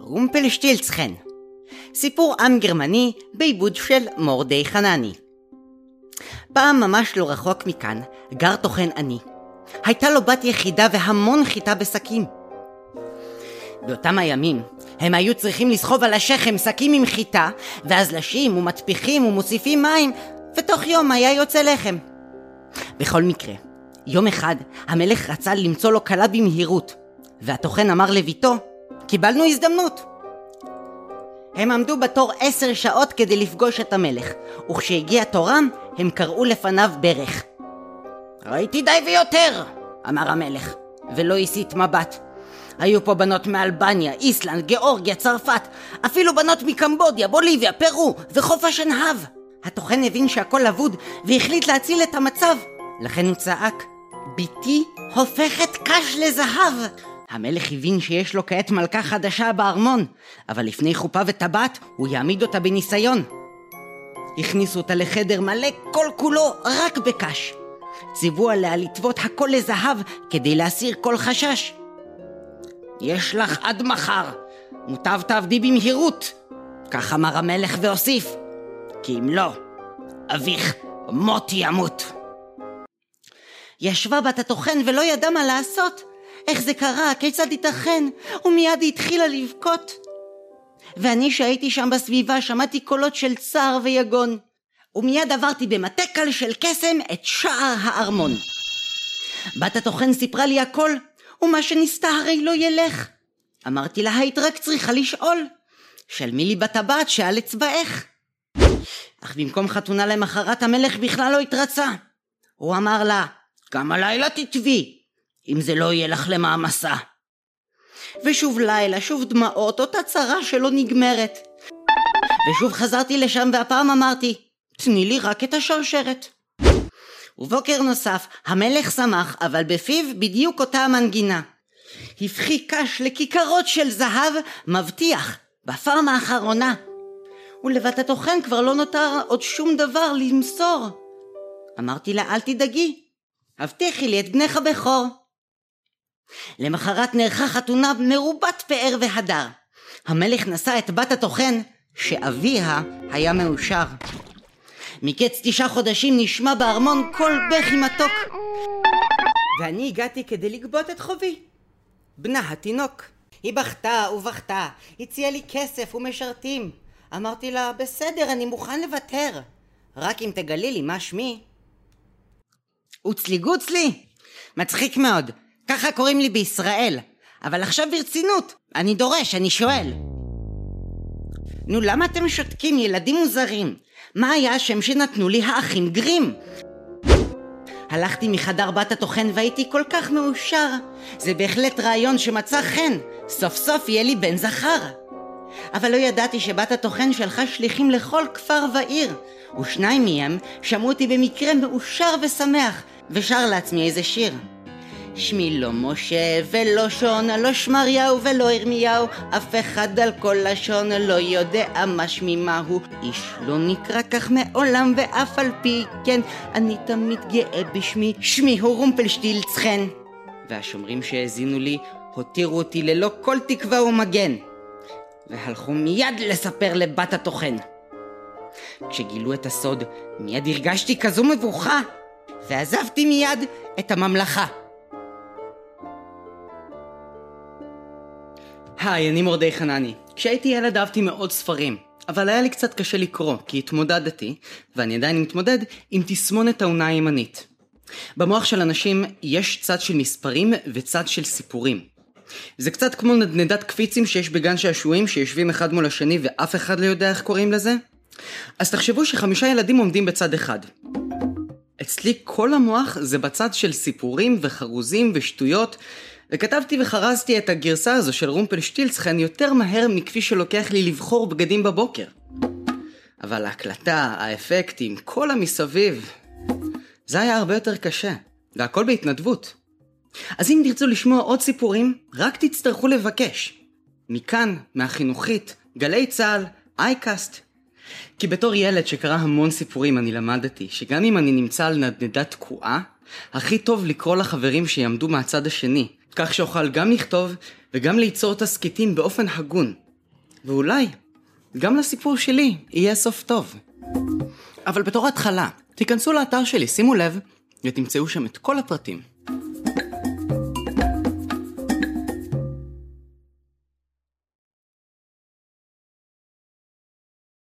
רומפלשטילצכן, סיפור עם גרמני בעיבוד של מורדי חנני. פעם ממש לא רחוק מכאן גר טוחן עני. הייתה לו בת יחידה והמון חיטה בשקים. באותם הימים הם היו צריכים לסחוב על השכם שקים עם חיטה, ואז לשים ומטפיחים ומוסיפים מים, ותוך יום היה יוצא לחם. בכל מקרה, יום אחד המלך רצה למצוא לו כלה במהירות, והטוחן אמר לביתו, קיבלנו הזדמנות. הם עמדו בתור 10 שעות כדי לפגוש את המלך, וכשהגיע תורם הם קראו לפניו ברך. ראיתי די ויותר, אמר המלך, ולא הסיט מבט. היו פה בנות מאלבניה, איסלנד, גיאורגיה, צרפת, אפילו בנות מקמבודיה, בוליביה, פרו וחוף השנהב. הטוחן הבין שהכל אבוד והחליט להציל את המצב, לכן הוא צעק, ביתי הופכת קש לזהב. המלך הבין שיש לו כעת מלכה חדשה בארמון, אבל לפני חופה וטבעת הוא יעמיד אותה בניסיון. הכניסו אותה לחדר מלא כל כולו רק בקש. ציוו עליה לטוות הכל לזהב כדי להסיר כל חשש. יש לך עד מחר, מוטב תעבדי במהירות, כך אמר המלך והוסיף, כי אם לא, אביך מות ימות. ישבה בת הטוחן ולא ידע מה לעשות. איך זה קרה? כיצד ייתכן? ומיד היא התחילה לבכות. ואני שהייתי שם בסביבה שמעתי קולות של צער ויגון, ומיד עברתי במטה קל של קסם את שער הארמון. בת הטוחן סיפרה לי הכל, ומה שניסתה הרי לא ילך. אמרתי לה, היית רק צריכה לשאול, שלמי לי בטבעת שעל אצבעך. אך במקום חתונה למחרת המלך בכלל לא התרצה. הוא אמר לה, גם הלילה תטבי, אם זה לא יהיה לך למאמסה. ושוב לילה, שוב דמעות, אותה צרה שלא נגמרת. ושוב חזרתי לשם והפעם אמרתי, תני לי רק את השרשרת. ובוקר נוסף המלך שמח, אבל בפיו בדיוק אותה המנגינה. הפחי קש לכיכרות של זהב, מבטיח בפעם האחרונה. ולבת הטוחן כבר לא נותר עוד שום דבר למסור. אמרתי לה, אל תדאגי, הבטיחי לי את בנך הבכור. למחרת נערכה חתונה מרובת פאר והדר. המלך נשא את בת הטוחן שאביה היה מאושר. מקץ 9 חודשים נשמע בארמון כל בכי מתוק, ואני הגעתי כדי לגבות את חובי. בנה התינוק. היא בכתה ובכתה, הציעה לי כסף ומשרתים. אמרתי לה, בסדר, אני מוכן לוותר, רק אם תגלי לי מה שמי. אוצלי גוצלי, מצחיק מאוד, ככה קוראים לי בישראל, אבל עכשיו ברצינות, אני דורש, אני שואל. נו, למה אתם שותקים, ילדים מוזרים? מה היה השם שנתנו לי האחים גרים? הלכתי מחדר בת הטוחן והייתי כל כך מאושר. זה בהחלט רעיון שמצא חן, סוף סוף יהיה לי בן זכר. אבל לא ידעתי שבת הטוחן שלחה שליחים לכל כפר ועיר, ו2 מהם שמעו אותי במקרה מאושר ושמח, ושר לעצמי איזה שיר. שמי לא משה ולא שון, לא שמריהו ולא ירמיהו, אף אחד על כל לשון לא יודע מה שמי מהו. איש לא נקרא כך מעולם, ואף על פי כן אני תמיד גאה בשמי, שמי הוא רומפלשטילצכן. והשומרים שהזינו לי הותירו אותי ללא כל תקווה ומגן, והלכו מיד לספר לבת הטוחן. כשגילו את הסוד מיד הרגשתי כזו מבוכה, ועזבתי מיד את הממלכה. היי, אני מורדי חנני. כשהייתי ילד אהבתי מאוד ספרים, אבל היה לי קצת קשה לקרוא, כי התמודדתי, ואני עדיין מתמודד, עם תסמונת האונה הימנית. במוח של אנשים יש צד של מספרים וצד של סיפורים. זה קצת כמו נדנדת קפיצים שיש בגן שעשועים שיושבים אחד מול השני ואף אחד לא יודע איך קוראים לזה. אז תחשבו ש5 ילדים עומדים בצד אחד. אצלי כל המוח זה בצד של סיפורים וחרוזים ושטויות, וכתבתי וחרזתי את הגרסה הזו של רומפלשטילצכן יותר מהר מכפי שלוקח לי לבחור בגדים בבוקר. אבל ההקלטה, האפקטים, כל המסביב, זה היה הרבה יותר קשה, והכל בהתנדבות. אז אם תרצו לשמוע עוד סיפורים, רק תצטרכו לבקש. מכאן, מהחינוכית, גלי צהל, אייקאסט. כי בתור ילד שקרא המון סיפורים אני למדתי שגם אם אני נמצא על נדנדה תקועה, הכי טוב לקרוא לחברים שיעמדו מהצד השני, כך שאוכל גם לכתוב וגם ליצור תסקיטים באופן הגון, ואולי גם לסיפור שלי יהיה סוף טוב. אבל בתור התחלה, תיכנסו לאתר שלי, שימו לב, ותמצאו שם את כל הפרטים.